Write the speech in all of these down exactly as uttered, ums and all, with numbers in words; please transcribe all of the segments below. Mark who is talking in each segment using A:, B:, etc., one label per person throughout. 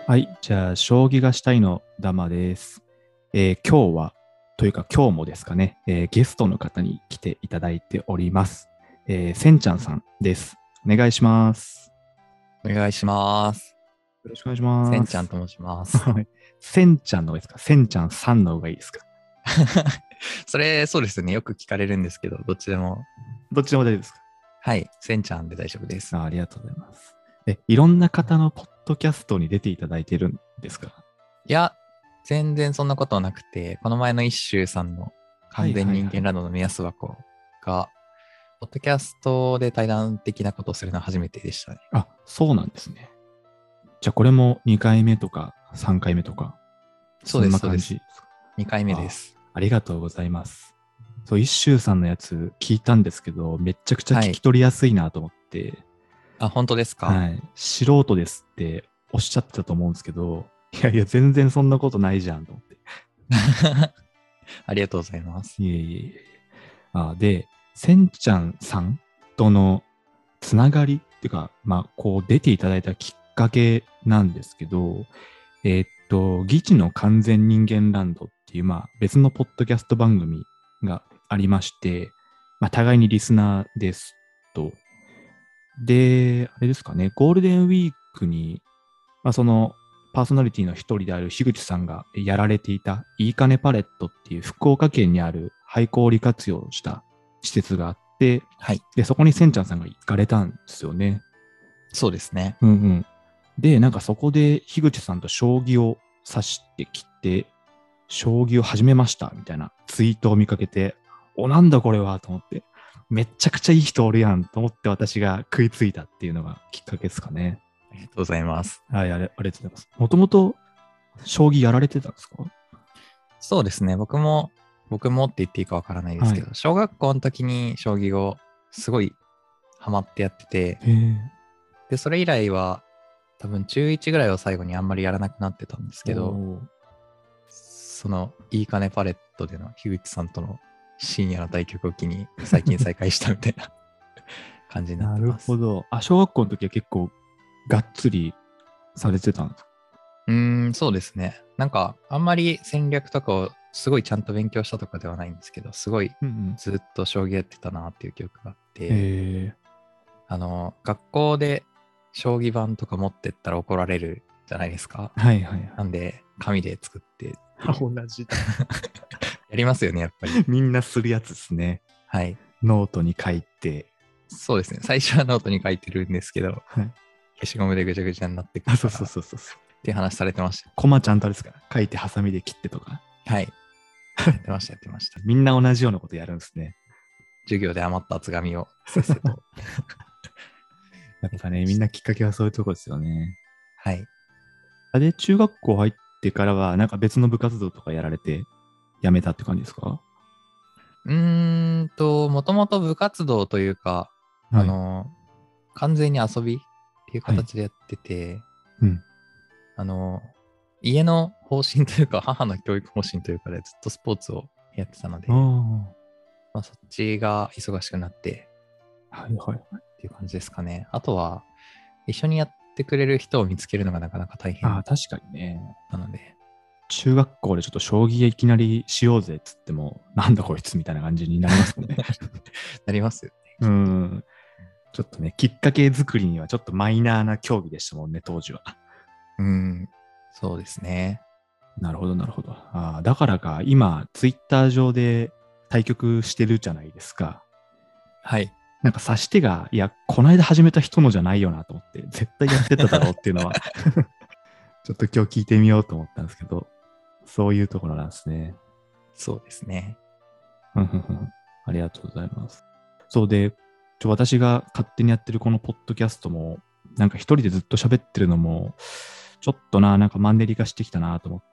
A: はい。じゃあ、将棋がしたいのダマです。えー今日は、というか今日もですかね、えーゲストの方に来ていただいております。えーせんちゃんさんです。お願いします。
B: お願いします。
A: よろしくお願いします。
B: せんちゃんと申します。
A: はい。せんちゃんの方がいいですか？せんちゃんさんの方がいいですか？
B: それ、そうですね。よく聞かれるんですけど、どっちでも。
A: どっちでも大丈夫ですか？
B: はい。せんちゃんで大丈夫です。
A: あ、ありがとうございます。え、いろんな方のポッドキャストに出ていただいてるんですか？
B: いや、全然そんなことはなくて、この前の一周さんの
A: はい
B: 完全
A: はいはい。
B: 人間ランドの目安箱が、ポッドキャストで対談的なことをするのは初めてでしたね。
A: あ、そうなんですね。じゃあこれもにかいめとかさんかいめとか、そん
B: そうです、そうです。
A: な感じですか？
B: にかいめで
A: あ、
B: す。
A: ありがとうございます。そう、一周さんのやつ聞いたんですけど、めっちゃくちゃ聞
B: はい。
A: き取りやすいなと思って、
B: あ、本当ですか？
A: はい。素人ですっておっしゃってたと思うんですけど、いやいや、全然そんなことないじゃんと思って。
B: ありがとうございます。
A: いえいえいえ。あ、で、せんちゃんさんとのつながりっていうか、まあ、こう出ていただいたきっかけなんですけど、えーっと、議事の完全人間ランドっていう、まあ、別のポッドキャスト番組がありまして、まあ、互いにリスナーですと。で、あれですかね、ゴールデンウィークに、まあ、そのパーソナリティの一人である樋口さんがやられていたいいかねパレットっていう福岡県にある廃校を利活用した施設があって、
B: はい。
A: で、そこにせんちゃんさんが行かれたんですよね。
B: そうですね。
A: うんうん。で、なんかそこで樋口さんと将棋を指してきて、将棋を始めましたみたいなツイートを見かけて、お、なんだこれはと思って、めっちゃくちゃいい人おるやんと思って私が食いついたっていうのがきっかけですかね。
B: ありがとうございます。
A: はい、あれ、ありがとうございます。もともと将棋やられてたんですか？
B: そうですね。僕も、僕もって言っていいかわからないです
A: はい。
B: けど、小学校の時に将棋をすごいハマってやってて、
A: へえ。
B: で、それ以来は多分中いちぐらいを最後にあんまりやらなくなってたんですけど、
A: おー。
B: そのいいかねパレットでの樋口さんとの深夜の対局を機に最近再開したみたいな感じになっ
A: なる
B: てます。
A: ほど。あ、小学校の時は結構がっつりされてたんですか？
B: うーん、そうですね。なんかあんまり戦略とかをすごいちゃんと勉強したとかではないんですけど、すごい
A: うんうん。
B: ずっと将棋やってたなっていう記憶があって、
A: へえ。
B: あの、学校で将棋盤とか持ってったら怒られるじゃないですか。
A: はいはいはい。
B: なんで、紙で作ってって
A: あ、
B: いう。
A: 同じだ。
B: やりますよね、やっぱり。
A: みんなするやつですね。
B: はい。
A: ノートに書いて。
B: そうですね。最初はノートに書いてるんですけど、
A: はい。
B: 消しゴムでぐちゃぐちゃになってく
A: あ、そうそう
B: るから、っ
A: そうそうそう。
B: ていう話されてました。
A: コマちゃんとあれですから。書いてハサミで切ってとか。
B: はい。やってました、やってました。
A: みんな同じようなことやるんですね。
B: 授業で余った厚紙をせっせと
A: やっぱね、
B: やってました。
A: みんなきっかけはそういうとこですよね。
B: はい。
A: あれ、中学校入ってからは、なんか別の部活動とかやられて、辞めたって感じですか？
B: うーんと、もともと部活動というか、あ
A: はい。
B: の、完全に遊びっていう
A: はい。
B: 形でやってて、
A: うん。
B: あの、家の方針というか、母の教育方針というかでずっとスポーツをやってたの
A: あ
B: で、
A: あ。
B: まあ、そっちが忙しくなって
A: はいはい。
B: っていう感じですかね。あとは、一緒にやってくれる人を見つけるのがなかなか大
A: ああ、
B: 変
A: 確かにね。
B: なので、
A: 中学校でちょっと将棋いきなりしようぜっつっても、なんだこいつみたいな感じになりますもんね。
B: なりますよね、
A: う
B: きっと。
A: ん。ちょっとね、きっかけ作りにはちょっとマイナーな競技でしたもんね、当時は。
B: うん、そうですね。
A: なるほど、なるほど。ああ、だからか、今、ツイッター上で対局してるじゃないですか。
B: はい。
A: なんか指し手が、いや、この間始めた人のじゃないよなと思って、絶対やってただろうっていうのはちょっと今日聞いてみようと思ったんですけど、そういうところなんですね。
B: そうですね。
A: うんうんうん。ありがとうございます。そうで、ちょ私が勝手にやってるこのポッドキャストも、なんか一人でずっと喋ってるのも、ちょっとな、なんかマンネリ化してきたなと思って、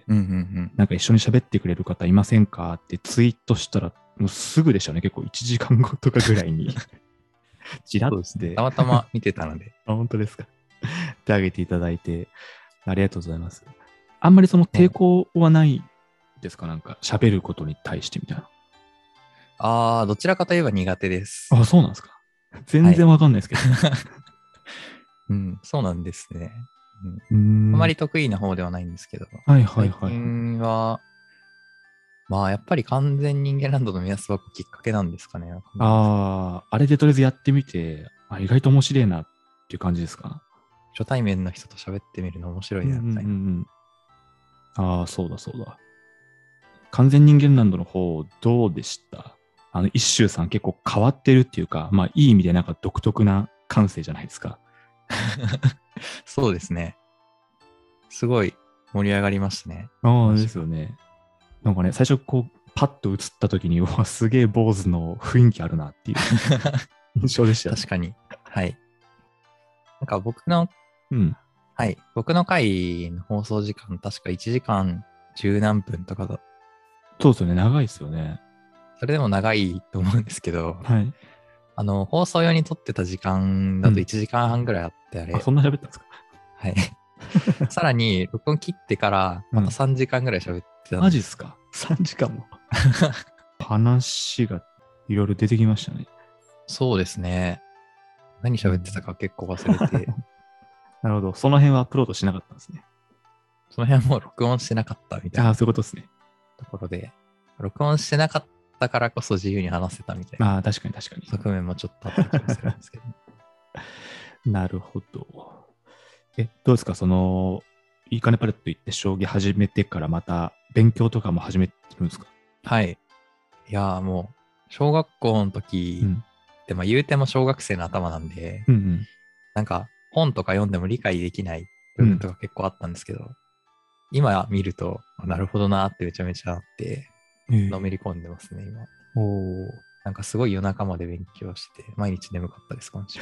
B: うんうんうん。
A: なんか一緒に喋ってくれる方いませんかってツイートしたら、もうすぐでしたね。結構いちじかんごとかぐらいに、ちらっ
B: そうですね。
A: て、
B: たまたま見てたので。
A: あ、本当ですか。ってあげていただいて、ありがとうございます。あんまりその抵
B: もう
A: 抗はないですか？なんか喋ることに対してみたいな。
B: ああ、どちらかといえば苦手です。
A: あ、そうなんですか。全
B: はい。
A: 然わかんないですけど。
B: うん、そうなんですね。 うん、
A: うーん。
B: あまり得意な方ではないんですけど、
A: はいはい
B: 最
A: はい。
B: 近は、まあやっぱり完全人間ランドの目安箱きっかけなんですかね。わかんないですけど
A: ああ、あれでとりあえずやってみて、あ、意外と面白いなっていう感じですか？
B: 初対面の人と喋ってみるの面白いな、
A: うんうんうんう
B: みたいな。
A: ん。ああ、そうだそうだ。完全人間ランドの方、どうでした？あの、一周さん結構変わってるっていうか、まあ、いい意味でなんか独特な感性じゃないですか。
B: そうですね。すごい盛り上がりましたね。
A: ああ、で
B: 話が。
A: すよね。なんかね、最初こう、パッと映った時に、うわ、すげえ坊主の雰囲気あるなっていう印象でしたよね。
B: 確かに。はい。なんか僕の、
A: うん。
B: はい。僕の回の放送時間、確かいちじかんじゅう何分とかだ。
A: そうですよね。長いですよね。
B: それでも長いと思うんですけど、
A: はい。
B: あの、放送用に撮ってた時間だと
A: うん。
B: いちじかんはんぐらいあって、あ
A: あ、
B: れ。
A: そんな喋ったんですか？
B: はい。さらに、録音切ってからまたさんじかんぐらい喋ってたんです。
A: マジっすか？ さん 時間も。話がいろいろ出てきましたね。
B: そうですね。何喋ってたか結構忘れて、
A: なるほど。その辺はアップロードしなかったんですね。
B: その辺はもう録音してなかったみたい
A: ああ、
B: な
A: そういうことですね。
B: ところで、録音してなかったからこそ自由に話せたみたいな
A: ああ、確かに確かに。
B: 側面もちょっとあった気がするんですけど。
A: なるほど。え、どうですか？その、いいかねパレット行って将棋始めてからまた勉強とかも始めてるんですか？
B: はい。いやーもう、小学校の
A: う
B: 時
A: ん。
B: って、まあ言うても小学生の頭なんで、
A: うんうん。
B: なんか本とか読んでも理解できない部分
A: うん。
B: とか結構あったんですけど、今見ると、あなるほどなーってめちゃめちゃあって、
A: え
B: のめり込んでますね、今。
A: ー、おー。
B: なんかすごい夜中まで勉強してて、毎日眠かったです、今週。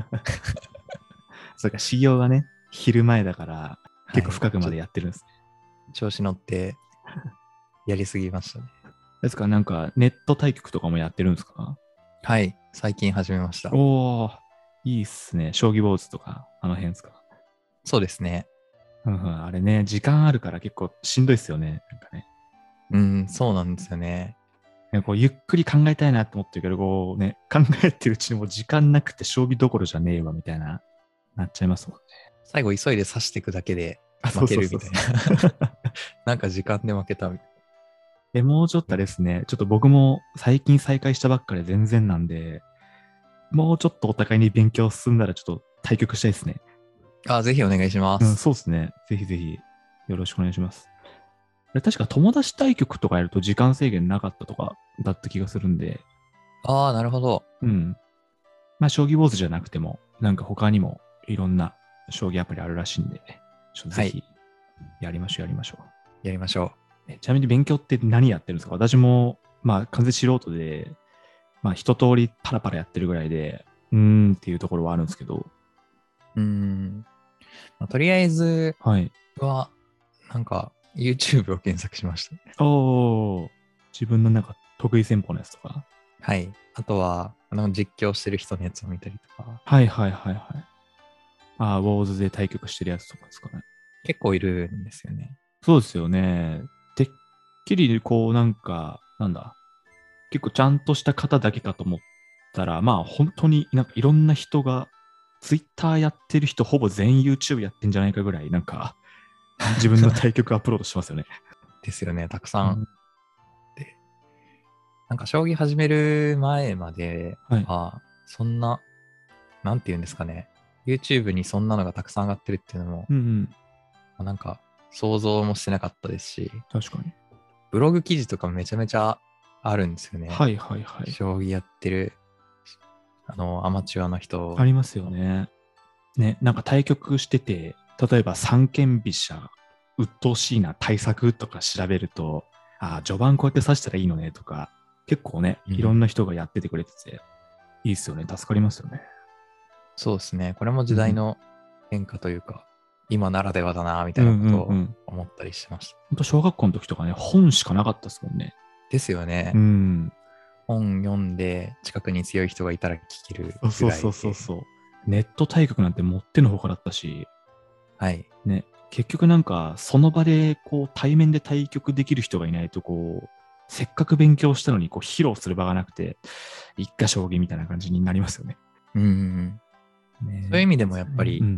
A: それか、修行がね、昼前だから、結構
B: はい
A: 深くまでやってるんですね。
B: 調子乗ってやりすぎましたね。
A: ですから、なんか、ネット対局とかもやってるんですか？
B: はい、最近始めました。
A: おー、いいっすね。将棋坊主とか、あの辺ですか？
B: そうですね。
A: うんうん、あれね、時間あるから結構しんどいっすよね。なんかね。
B: うん、そうなんですよね。
A: ねこうゆっくり考えたいなと思ってるけど、こうね、考えてるうちにもう時間なくて将棋どころじゃねえわ、みたいな、なっちゃいますもんね。
B: 最後急いで指していくだけで
A: あ、そ
B: 負
A: うそうそう
B: けるみたい
A: そう。
B: な。なんか時間で負けたみたい
A: え、もうちょっとですね、ちょっと僕も最近再開したばっかで全然なんで、もうちょっとお互いに勉強進んだらちょっと対局したいですね。
B: な。あ、ぜひお願いしま
A: うん、
B: す。
A: そうですね。ぜひぜひよろしくお願いします。あれ確か友達対局とかやると時間制限なかったとかだった気がするんで、
B: ああ、なるほど。
A: うん。まあ、将棋坊主じゃなくても、なんか他にもいろんな将棋アプリあるらしいんで、ちょっとぜひやりましょう、やりましょ
B: やりましょ
A: う。えちなみに勉強って何やってるんですか？私も、まあ、完全素人で、まあ、一通りパラパラやってるぐらいで、うーんっていうところはあるんですけど、
B: う。うーん。まあとりあえず
A: はい。
B: は、なんか YouTube を検索しました。
A: おー、自分のなんか得意戦法のやつとか。
B: はい。あとは、あの実況してる人のやつを見たりとか、
A: はいはいはいはい。あー、ウォーズで対局してるやつとかですかね。
B: 結構いるんですよね。
A: そうですよね。てっきりこうなんか、なんだ、結構ちゃんとした方だけかと思ったら、まあ本当になんかいろんな人が、ツイッターやってる人ほぼ全員 YouTube やってんじゃないかぐらい、なんか自分の対局アップロードしてますよね。
B: ですよね。たくさん。
A: うん
B: で、なんか将棋始める前まで
A: はい。
B: は、そんな、なんて言うんですかね。YouTube にそんなのがたくさん上がってるっていうのも、
A: うんうん。
B: まあなんか想像もしてなかったですし、
A: 確かに。
B: ブログ記事とかめちゃめちゃあるんですよね。
A: はいはいはい。
B: 将棋やってる、あの、アマチュアの人。
A: ありますよね。ね、なんか対局してて、例えば三間飛車、鬱陶しいな対策とか調べると、ああ、序盤こうやって指したらいいのねとか、結構ね、
B: うん
A: いろんな人がやっててくれてて、いいっすよね。助かりますよね。
B: そうですね。これも時代の変化というか、今ならではだな、みたいなことを
A: うんうんうん。
B: 思ったりしました。
A: ほんと小学校の時とかね、本しかなかったですもんね。
B: ですよね。
A: うん。
B: 本読んで近くに強い人がいたら聞けるぐらいで。
A: そうそうそうそう。ネット対局なんてもってのほかだったし、
B: はい。
A: ね、結局なんかその場でこう対面で対局できる人がいないとこう、せっかく勉強したのにこう披露する場がなくて、一家将棋みたいな感じになりますよね。
B: うんうんうん。
A: ね
B: そういう意味でもやっぱり
A: うん、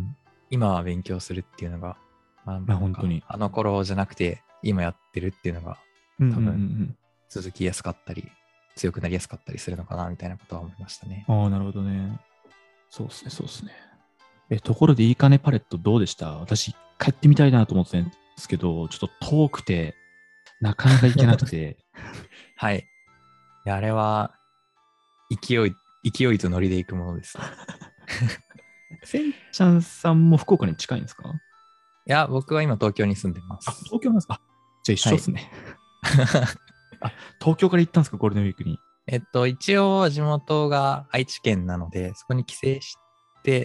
B: 今は勉強するっていうのが、まあ、
A: まあ本当に。
B: あの頃じゃなくて今やってるっていうのが
A: うんうん
B: 多分
A: うんうん
B: 続きやすかったり強くなりやすかったりするのかなみたいなことは思いましたね。
A: ああ、なるほどね。そうですね、そうですね。え、ところでいいかねパレットどうでした？私、一回やってみたいなと思ってたんですけど、ちょっと遠くて、なかなか行けなくて。
B: はい。いやあれは勢い、勢いとノリで行くものですね。
A: せんちゃんさんも福岡に近いんですか？
B: いや、僕は今東京に住んでま
A: あ、
B: す。
A: 東京なんですか？あ、じゃあ一緒ですね。あ、東京から行ったんですか、ゴールデンウィークに。
B: えっと、一応地元が愛知県なので、そこに帰省して、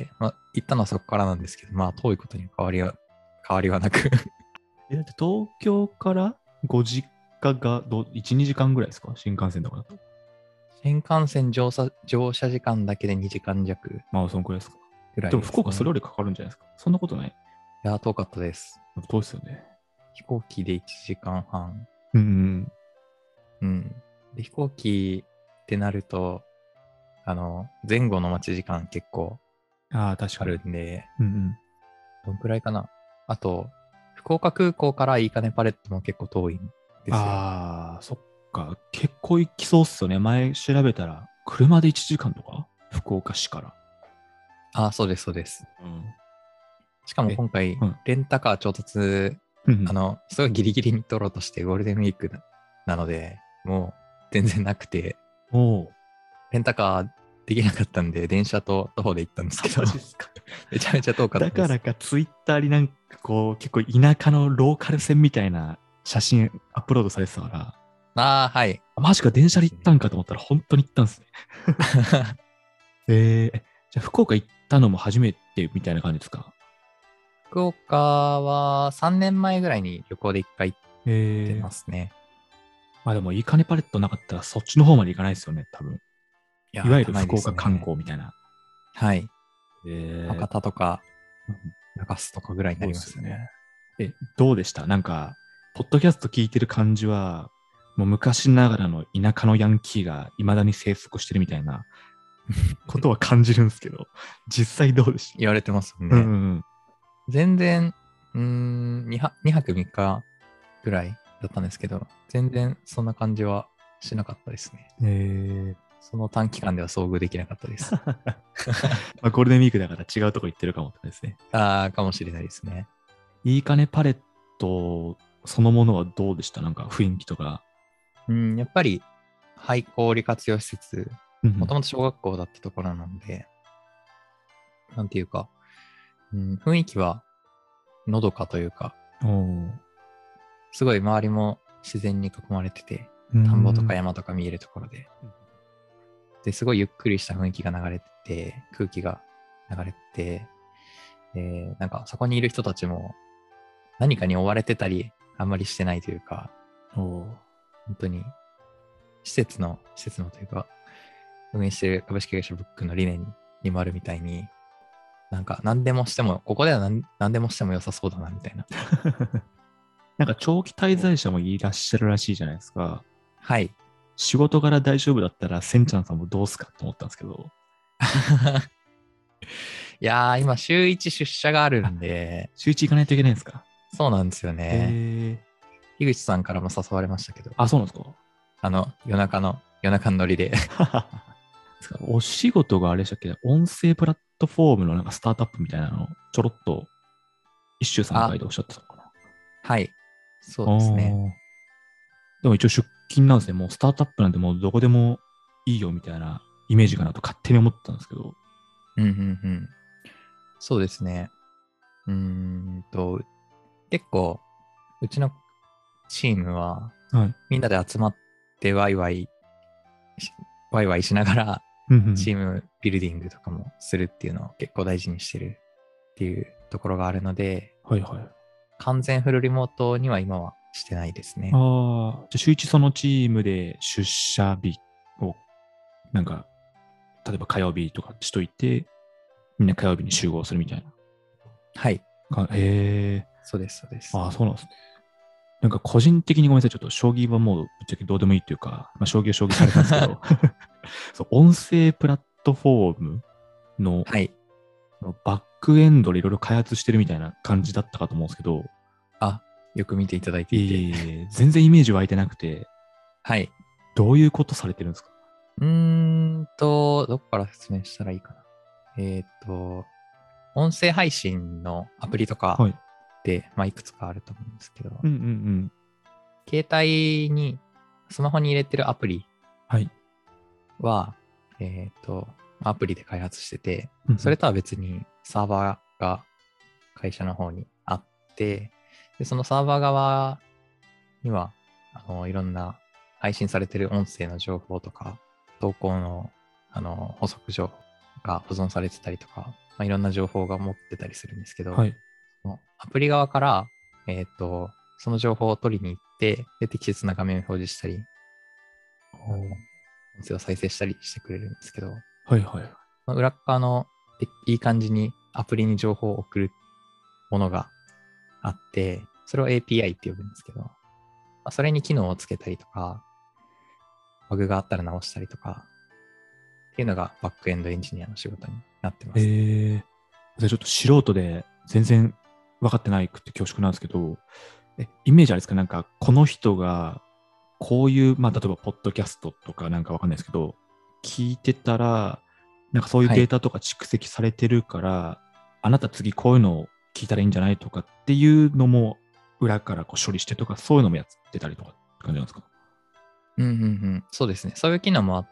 B: まあ、行ったのはそこからなんですけど、まあ遠いことに変わりは、変わりはなく
A: え、だって東京からご実家がどいち、にじかんぐらいですか、新幹線とかだと。
B: 新幹線乗車乗車時間だけでにじかん弱
A: まあ、そのくらいですか。
B: ぐらいです、ね。
A: でも福岡それよりかかるんじゃないですか。そんなことない。
B: いや、遠かったです。
A: 遠いですよね。
B: 飛行機でいちじかんはん。
A: うんうん。
B: うん。で、飛行機ってなると、あの、前後の待ち時間結構
A: ああ、確
B: あ
A: かに。
B: るんで、
A: うんうん。
B: どんくらいかな。あと、福岡空港からいいかねパレットも結構遠いんですよ。
A: ああ、そっか。結構行きそうっすよね。前調べたら、車でいちじかんとか福岡市から。
B: あ、そうです、そうです。
A: うん。
B: しかも今回、
A: うん
B: レンタカー調達、
A: うん
B: あの、すごいギリギリに取ろうとしてゴールデンウィークなので、もう全然なくて、
A: おお。
B: レンタカーできなかったんで、電車と徒歩で行ったんですけど、
A: マジっすか。
B: めちゃめちゃ遠かったです。
A: だからか、ツイッターになんかこう、結構田舎のローカル線みたいな写真アップロードされてたから、
B: ああ、はい。
A: あマジか、電車で行ったんかと思ったら、本当に行ったんですね。えー、じゃあ福岡行ったのも初めてみたいな感じですか？
B: 福岡はさんねんまえぐらいに旅行で一回行って
A: えー、
B: ますね。
A: まあでも、いいかねパレットなかったらそっちの方まで行かないですよね、多分。
B: いやー、
A: いわゆる
B: 行かないですね。
A: 福岡観光みたいな。
B: はい。
A: えー、
B: 博多とか
A: うん
B: 中洲とかぐらいになります
A: そうですよ
B: ね。
A: え、どうでした？なんか、ポッドキャスト聞いてる感じは、もう昔ながらの田舎のヤンキーが未だに生息してるみたいなことは感じるんですけど、実際どうでした？
B: 言われてますよね。
A: うんうんうん。
B: 全然、うーん、にはくみっかぐらいだったんですけど、全然そんな感じはしなかったですね。
A: えー
B: その短期間では遭遇できなかったです。
A: まあ、ゴールデンウィークだから違うとこ行ってるかもですね。
B: ああ、かもしれないですね。
A: いいかねパレットそのものはどうでした？なんか雰囲気とか。
B: うん、やっぱり、廃校利活用施設、
A: うん
B: もともと小学校だったところなので、なんていうか、うん、雰囲気はのどかというか、
A: うんお
B: すごい周りも自然に囲まれてて、
A: ー
B: 田んぼとか
A: うん
B: 山とか見えるところで、で、すごいゆっくりした雰囲気が流れてて、空気が流れてて、で、なんかそこにいる人たちも何かに追われてたり、あんまりしてないというか、
A: おー
B: 本当に施設の、施設のというか、運営してる株式会社ブックの理念にもあるみたいに、なんか何でもしても、ここでは何何でもしても良さそうだなみたいな。
A: なんか長期滞在者もいらっしゃるらしいじゃないですか。
B: はい。
A: 仕事柄大丈夫だったら、せんちゃんさんもどうすかと思ったんですけど。
B: いやー、今週いち出社があるんで、
A: 週一行かないといけないんですか？
B: そうなんですよね。
A: へえ。
B: 樋口さんからも誘われましたけど、
A: あ、そうなんですか？
B: あの、夜中の、夜中のノリで。
A: お仕事があれでしたっけ？音声プラットフォームのなんかスタートアップみたいなのをちょろっと一週三回でおっしゃってたのかな？
B: はい。そうですね。
A: あーでも一応出勤なんですね。もうスタートアップなんてもうどこでもいいよみたいなイメージかなと勝手に思ってたんですけど。
B: うんうんうん。そうですね。うーんと、結構、うちのチームは、
A: はい。
B: みんなで集まってワイワイし、ワイワイしながら、
A: うんうん
B: チームビルディングとかもするっていうのを結構大事にしてるっていうところがあるので、
A: はいはい。
B: 完全フルリモートには今はしてないですね。
A: ああ、じゃあ週一そのチームで出社日を、なんか、例えば火曜日とかしといて、みんな火曜日に集合するみたい
B: はい。
A: な。かへえ。
B: そうです、そうです。
A: ああ、そうなんですね。なんか個人的にごめんなさい、ちょっと将棋はもうぶっちゃけどうでもいいっていうか、まあ、将棋は将棋されたんですけど、そう音声プラットフォームの
B: はい。
A: バックエンドでいろいろ開発してるみたいな感じだったかと思うんですけど、
B: あ、よく見ていただいて
A: い
B: いて。
A: えいえいえ全然イメージ湧いてなくて、
B: はい。
A: どういうことされてるんですか？
B: うーんと、どこから説明したらいいかな。えっと、音声配信のアプリとか
A: はい。
B: で、まあ、いくつかあると思うんですけど、
A: うんうんうん。
B: 携帯に、スマホに入れてるアプリ
A: はい。
B: は、えっと、アプリで開発してて、
A: うんうん
B: それとは別にサーバーが会社の方にあって、で、そのサーバー側には、あの、いろんな配信されてる音声の情報とか、投稿の、あの、補足情報が保存されてたりとか、まあ、いろんな情報が持ってたりするんですけど、
A: はい。
B: そのアプリ側から、えっと、その情報を取りに行って、で、適切な画面を表示したり、あの、音声を再生したりしてくれるんですけど、
A: はいはい。
B: まあ裏側のでいい感じにアプリに情報を送るものがあって、それを エーピーアイ って呼ぶんですけど、まあ、それに機能をつけたりとか、バグがあったら直したりとか、っていうのがバックエンドエンジニアの仕事になってます。
A: えー、じゃあちょっと素人で全然分かってないくて恐縮なんですけど、え、イメージあれですか？なんか、この人が、こういう、まあ、例えば、ポッドキャストとかなんか分かんないですけど、聞いてたら、なんかそういう
B: はい。
A: データとか蓄積されてるから、あなた次こういうのを聞いたらいいんじゃないとかっていうのも、裏からこう処理してとか、そういうのもやってたりとかって感じなんですか？
B: うんうんうん。そうですね。そういう機能もあって、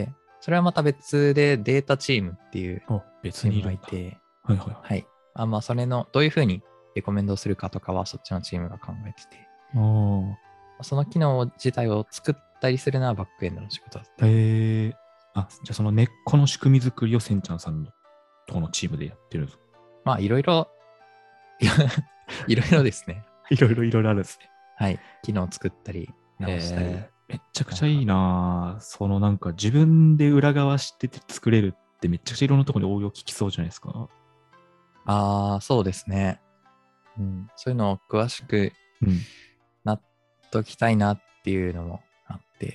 B: それはまた別でデータチームっていう
A: あ、別
B: チーム
A: にいるんだ。
B: がいて、
A: はいはいはい。
B: はい。あ、まあ、それの、どういうふうにレコメンドをするかとかは、そっちのチームが考えてて、
A: あ
B: その機能自体を作ったりするのはバックエンドの仕事だった
A: あ、
B: り。
A: へえ。あ、じゃあその根っこの仕組み作りをせんちゃんさんのとこのチームでやってるんですか？
B: まあ、いろいろ、いろいろですね。
A: いろいろいろいろあるんですね。
B: はい。機能を作ったり、直したり。
A: えー、めっちゃく
B: なんか、
A: ちゃいいなぁ。そのなんか自分で裏側知ってて作れるってめっちゃくちゃいろんなところに応用効きそうじゃないですか。
B: ああ、そうですね。うん。そういうのを詳しく
A: うん。
B: なっときたいなっていうのもあって、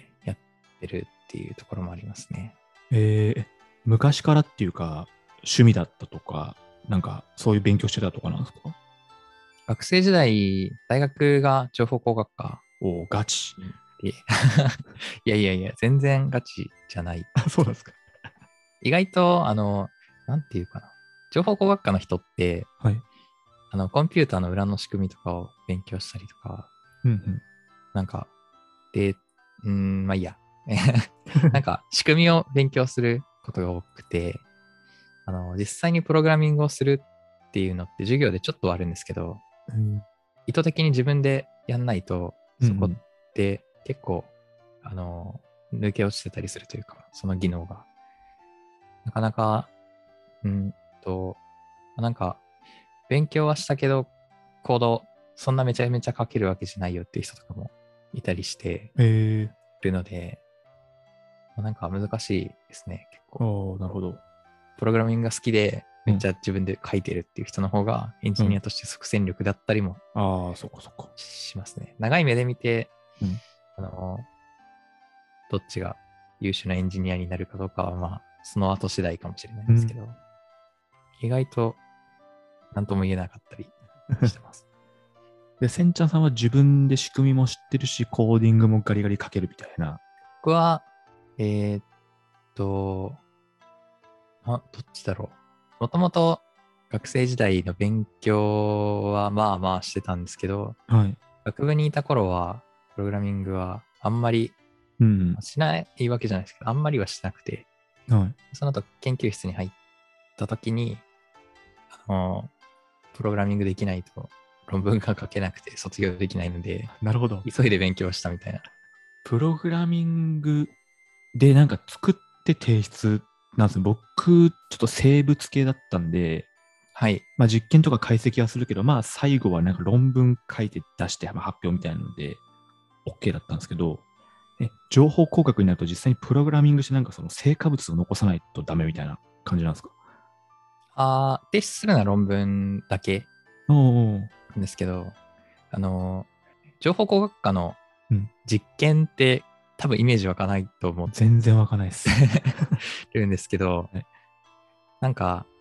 B: やってるっていうところもありますね。
A: えー、昔からっていうか、趣味だったとか、なんかそういう勉強してたとかなんですか？
B: 学生時代、大学が情報工学科
A: おー、ガチ。
B: で、いやいやいや、全然ガチじゃない。
A: あ、そうなんですか。
B: 意外と、あの、なんていうかな。情報工学科の人って、
A: はい。
B: あの、コンピューターの裏の仕組みとかを勉強したりとか、
A: うんうん。
B: なんか、で、うーん、まあいいや。なんか、仕組みを勉強することが多くて、あの、実際にプログラミングをするっていうのって授業でちょっとはあるんですけど、
A: うん
B: 意図的に自分でやんないと、そこっ
A: うん。
B: て結構、あの、抜け落ちてたりするというか、その技能が。なかなか、うんと、なんか、勉強はしたけど、コード、そんなめちゃめちゃ書けるわけじゃないよっていう人とかもいたりして
A: え
B: るので、なんか難しいですね、結
A: ー、
B: 構。
A: ああ、なるほど。
B: プログラミングが好きで、めっ
A: うん。
B: ちゃ自分で書いてるっていう人の方が、エンジ
A: うん。
B: ニアとして即戦力だったりも
A: ああ、そっかそっか。
B: しますね。長い目で見て、
A: うん。
B: あの、どっちが優秀なエンジニアになるかどうかは、まあ、その後次第かもしれないん
A: うん。
B: ですけど、意外と何とも言えなかったりしてます。
A: で、せんちゃんさんは自分で仕組みも知ってるし、コーディングもガリガリ書けるみたいな。
B: 僕は、えーっと、あ、どっちだろう。もともと学生時代の勉強はまあまあしてたんですけど、
A: はい。
B: 学部にいた頃は、プログラミングはあんまり
A: うん。
B: しないわけじゃないですけど、あんまりはしなくて、
A: はい。
B: その後研究室に入った時に、あの、プログラミングできないと論文が書けなくて卒業できないので、
A: なるほど。
B: 急いで勉強したみたいな。
A: プログラミングでなんか作って提出なんですね。僕、ちょっと生物系だったんで、
B: はい。
A: まあ実験とか解析はするけど、まあ最後はなんか論文書いて出して、まあ、発表みたいなので、OK だったんですけど、え、情報工学になると実際にプログラミングしてなんかその成果物を残さないとダメみたいな感じなんですか？
B: あー提出するのは論文だけ
A: おー。
B: なんですけど、あの、情報工学科の
A: うん。
B: 実験って多分イメージ湧かないと思っ
A: 全然わかんないです。
B: てるんですけど、
A: はい。
B: なんか、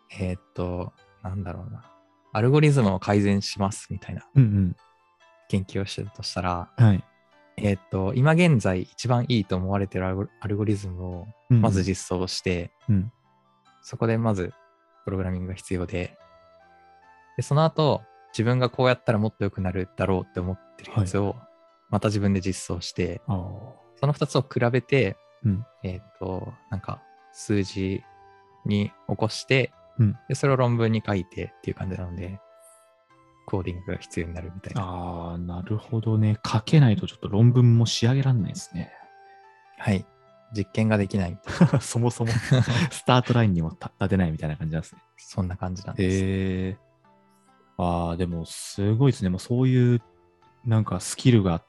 B: えーっと、なんだろうな。アルゴリズムを改善しますみたいな
A: うん
B: 研究をしてたとしたら、
A: うん。はい。
B: えーっと、今現在一番いいと思われてるアルゴアルゴリズムを
A: うんうん
B: まず実装して、
A: うん。
B: そこでまずプログラミングが必要で、で、その後、自分がこうやったらもっと良くなるだろうって思ってるやつを、また自分で実装して、
A: ああ。
B: その二つを比べて、
A: うん。
B: えーっと、なんか、数字に起こして、
A: うん。
B: で、それを論文に書いてっていう感じなので、コーディングが必要になるみたいな。
A: ああ、なるほどね。書けないとちょっと論文も仕上げられないですね。
B: はい。実験ができないみたいな。
A: そもそもスタートラインにも立立てないみたいな感じなんですね。
B: そんな感じなんです。
A: へえ。ああ、でもすごいですね。もうそういうなんかスキルがあって、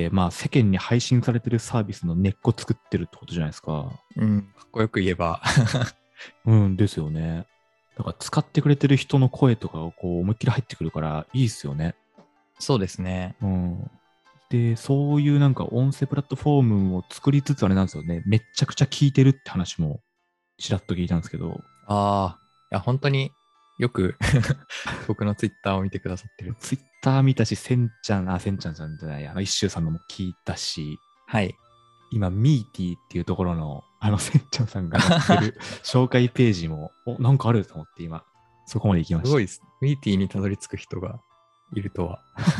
A: まあ世間に配信されてるサービスの根っこ作ってるってことじゃないですか。
B: うん、かっこよく言えば
A: うんですよね。だから使ってくれてる人の声とかをこう思いっきり入ってくるからいいですよね。
B: そうですね。
A: うん。で、そういうなんか音声プラットフォームを作りつつあれなんですよね。めっちゃくちゃ聞いてるって話もちらっと聞いたんですけど、
B: ああ、いや、本当によく僕のツイッターを見てくださってる。
A: ツイッター見たし、せんちゃん、あ、せんちゃんさんじゃない、あの、一周さんのも聞いたし、
B: はい。
A: 今、ミーティーっていうところの、あの、せんちゃんさんが載ってる紹介ページも、お、なんかあると思って今、そこまで行きました。
B: すごいです。ミーティーにたどり着く人がいるとは。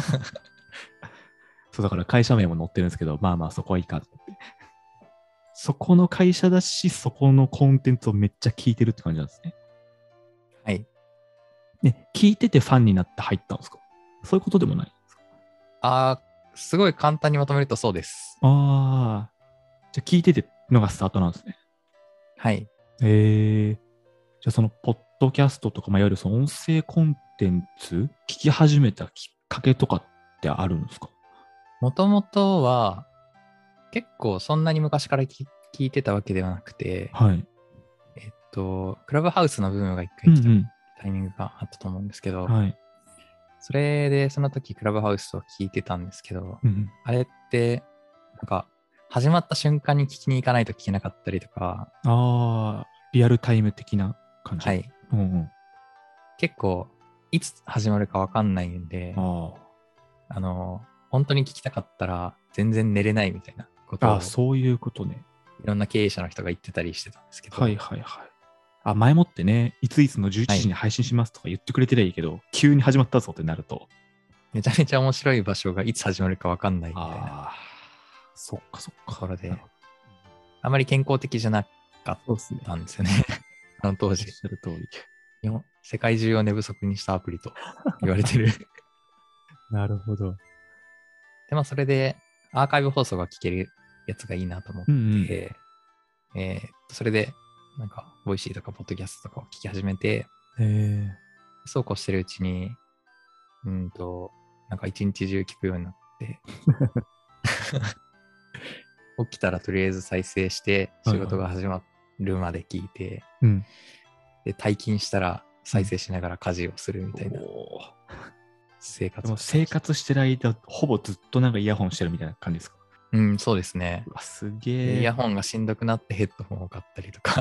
A: そう、だから会社名も載ってるんですけど、まあまあそこはいいかと思って。そこの会社だし、そこのコンテンツをめっちゃ聞いてるって感じなんですね。
B: はい。
A: ね、聞いててファンになって入ったんですか？そういうことでもないですか？
B: ああ、すごい簡単にまとめるとそうです。
A: ああ、じゃあ聞いててのがスタートなんですね。
B: はい。
A: えー、じゃあそのポッドキャストとか、まあ、いわゆるその音声コンテンツ聞き始めたきっかけとかってあるんですか？
B: もともとは結構そんなに昔から聞聞いてたわけではなくて、
A: はい。
B: えっと、クラブハウスのブームが一回来た
A: うんうん。
B: タイミングがあったと思うんですけど、
A: はい。
B: それでその時クラブハウスを聞いてたんですけど、
A: うんうん、
B: あれって、なんか、始まった瞬間に聞きに行かないと聞けなかったりとか、
A: ああ、リアルタイム的な感じ。
B: はい。
A: うんうん。
B: 結構、いつ始まるかわかんないんで、
A: あ
B: あの、本当に聞きたかったら全然寝れないみたいなこと
A: あ。ああ、
B: を
A: そういうことね。
B: いろんな経営者の人が言ってたりしてたんですけど、
A: はいはいはい。あ、前もってね、いついつのじゅういちじに配信しますとか言ってくれてりゃいいけど、急に始まったぞってなると。
B: めちゃめちゃ面白い場所がいつ始まるかわかんないみたいな
A: ああ、そっかそっか。
B: ところで
A: なるほど、
B: あまり健康的じゃなかっ
A: そうですね。
B: たんですよね。あの当時
A: おっし。ゃる通り。
B: 日本、世界中を寝不足にしたアプリと言われてる。
A: なるほど。
B: で、まあそれでアーカイブ放送が聞けるやつがいいなと思って、
A: うんうん。
B: えーっと、それで、なんか、ボイシーとかポッドキャストとかを聞き始めて、
A: え
B: そうこうしてるうちに、うんと、なんか一日中聞くようになって、起きたらとりあえず再生して仕事が始まるまで聞いて、
A: ー、うん。
B: で、退勤したら再生しながら家事をするみたいな
A: おー
B: 生
A: でも
B: 活をしてました。
A: 生活してる間、ほぼずっとなんかイヤホンしてるみたいな感じですか？
B: うん、そうですね。
A: うわ、す
B: で
A: げえ。
B: イヤホンがしんどくなってヘッドホンを買ったりとか。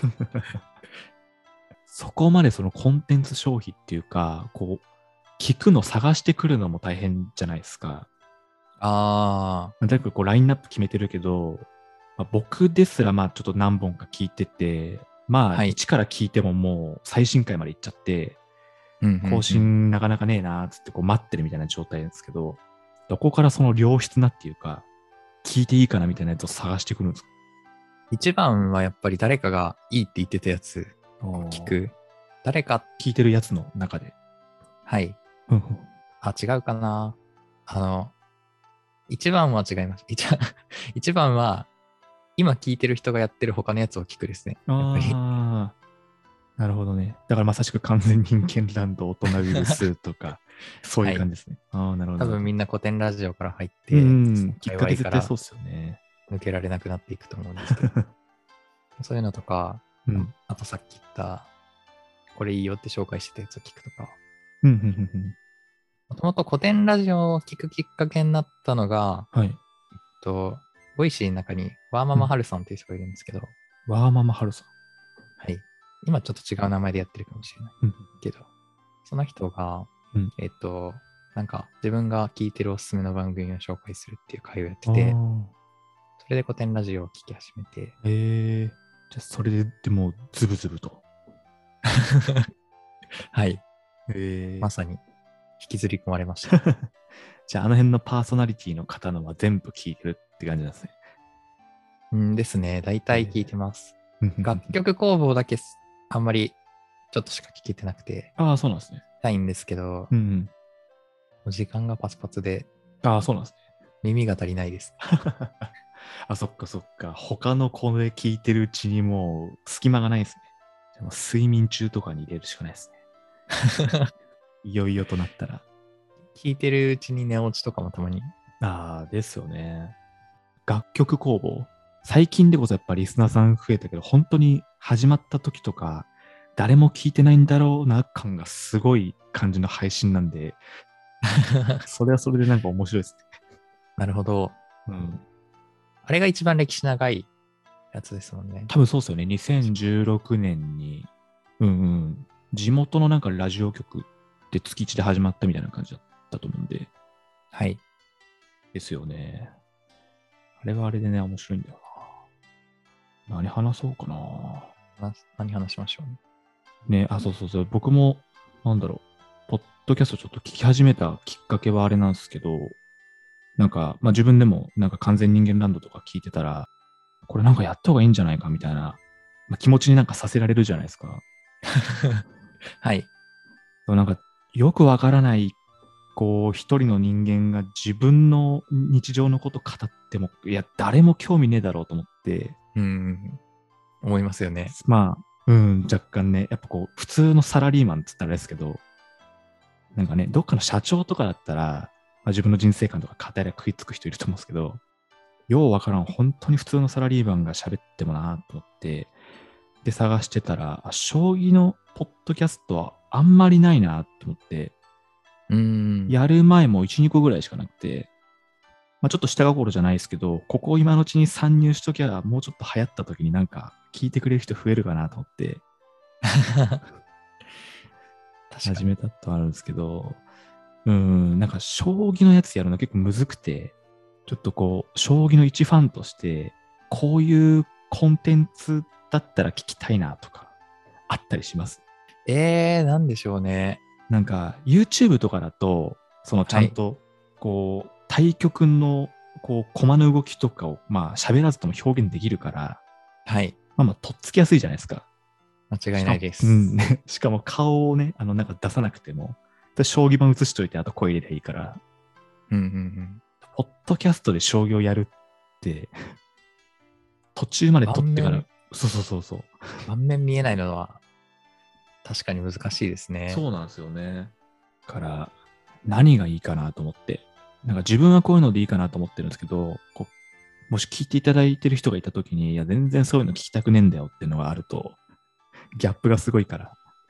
A: そこまでそのコンテンツ消費っていうか、こう、聞くの探してくるのも大変じゃないですか。
B: あ
A: なんとなくこうラインナップ決めてるけど、まあ、僕ですらまあちょっと何本か聞いてて、まあ
B: はい
A: 一から聞いてももう最新回まで行っちゃって、
B: ー、うんうんうん
A: 更新なかなかねえなーっつってこう待ってるみたいな状態ですけど、どこからその良質なっていうか、聞いていいかなみたいなやつを探してくるんですか？
B: 一番はやっぱり誰かがいいって言ってたやつを聞く。誰か、
A: 聞いてるやつの中で。
B: はい。
A: うんうん
B: あ、違うかな。あの、一番は違います。一番一番は、今聞いてる人がやってる他のやつを聞くですね。やっぱり。
A: ああ、なるほどね。だからまさしく完全人間ランド、大人ビブスとか、そういう感じですね。ああ、なるほど。
B: 多分みんな古典ラジオから入っ
A: う
B: て、
A: ん、きっ
B: 界
A: かけ
B: 隈から
A: 絶対そうっすよね。
B: 抜けられなくなっていくと思うんですけど、そういうのとか、
A: うん。
B: あとさっき言った、これいいよって紹介してたやつを聞くとか、
A: うん、うん、うんうん。
B: もともと古典ラジオを聞くきっかけになったのが、
A: はい。
B: えっと、ボイシーの中にワーママハルさんっていう人がいるんですけど、
A: ワーママハルさん。
B: はい。 今ちょっと違う名前でやってるかもしれない
A: うん
B: けど、その人が、
A: うん
B: えっと、なんか自分が聞いてるおすすめの番組を紹介するっていう会をやって
A: あ
B: て、
A: ー
B: それで古典ラジオを聞き始めて、
A: へえ。じゃあ、それで、でも、ズブズブと。
B: はい、
A: へえ
B: まさに引きずり込まれました。
A: じゃあ、あの辺のパーソナリティの方のは全部聞いてるって感じなんですね。
B: うんですね、大体聞いてます。楽曲工房だけすあんまりちょっとしか聞けてなくて、
A: ああ、そうなんですね。
B: たいんですけど、
A: うんうん。
B: もう時間がパツパツで
A: ああ、そうなんですね。
B: 耳が足りないです。
A: あ、そっかそっか。他の子で聞いてるうちにもう隙間がないですね。じゃあもう睡眠中とかに入れるしかないですね。いよいよとなったら。
B: 聞いてるうちに寝落ちとかもたまに。
A: ああ、ですよね。楽曲工房。最近でこそやっぱリスナーさん増えたけど、本当に始まった時とか、誰も聞いてないんだろうな感がすごい感じの配信なんで、それはそれでなんか面白いです
B: なるほど。
A: ね。うん。
B: あれが一番歴史長いやつですもんね。
A: 多分そうですよね。にせんじゅうろくねんに、うんうん、地元のなんかラジオ局で月いちで始まったみたいな感じだったと思うんで。
B: はい。
A: ですよね。あれはあれでね、面白いんだよな。何話そうかな。
B: な何話しましょうね。
A: ね、あ、そうそうそう。僕も、なんだろう、ポッドキャストちょっと聞き始めたきっかけはあれなんですけど、なんか、まあ自分でもなんか完全人間ランドとか聞いてたら、これなんかやった方がいいんじゃないかみたいな、まあ、気持ちになんかさせられるじゃないですか。
B: はい。
A: なんか、よくわからない、こう、一人の人間が自分の日常のこと語っても、いや、誰も興味ねえだろうと思って、
B: うん。思いますよね。
A: まあ、うん、若干ね、やっぱこう、普通のサラリーマンって言ったらあれですけど、なんかね、どっかの社長とかだったら、まあ、自分の人生観とか語り食いつく人いると思うんですけど、ようわからん、本当に普通のサラリーマンが喋ってもなと思って、で、探してたら、あ、将棋のポッドキャストはあんまりないなと思って、
B: うん。
A: やる前もいち、にこぐらいしかなくて、まあ、ちょっと下心じゃないですけど、ここ今のうちに参入しときゃ、もうちょっと流行った時になんか聞いてくれる人増えるかなと思って、
B: 確かに。
A: 始めたとあるんですけど、うん、なんか将棋のやつやるの結構むずくて、ちょっとこう、将棋の一ファンとして、こういうコンテンツだったら聞きたいなとか、あったりします。
B: えー、なんでしょうね。
A: なんか YouTube とかだと、そのちゃんと、こう、対局の、こう、駒の動きとかを、まあ、喋らずとも表現できるから、
B: はい。
A: まあまあ、とっつきやすいじゃないですか。
B: 間違いないです。
A: しかも、うんね、しかも顔をね、あの、なんか出さなくても、将棋盤映しといて、あと声入れりゃいいから、
B: うんうんうん。
A: ポッドキャストで将棋をやるって、途中まで撮ってから
B: 盤面、
A: そうそうそうそう。
B: 盤面見えないのは確かに難しいですね。
A: そうなんですよね。から、何がいいかなと思って。なんか自分はこういうのでいいかなと思ってるんですけど、こうもし聞いていただいてる人がいたときに、いや、全然そういうの聞きたくねえんだよっていうのがあると、ギャップがすごいから。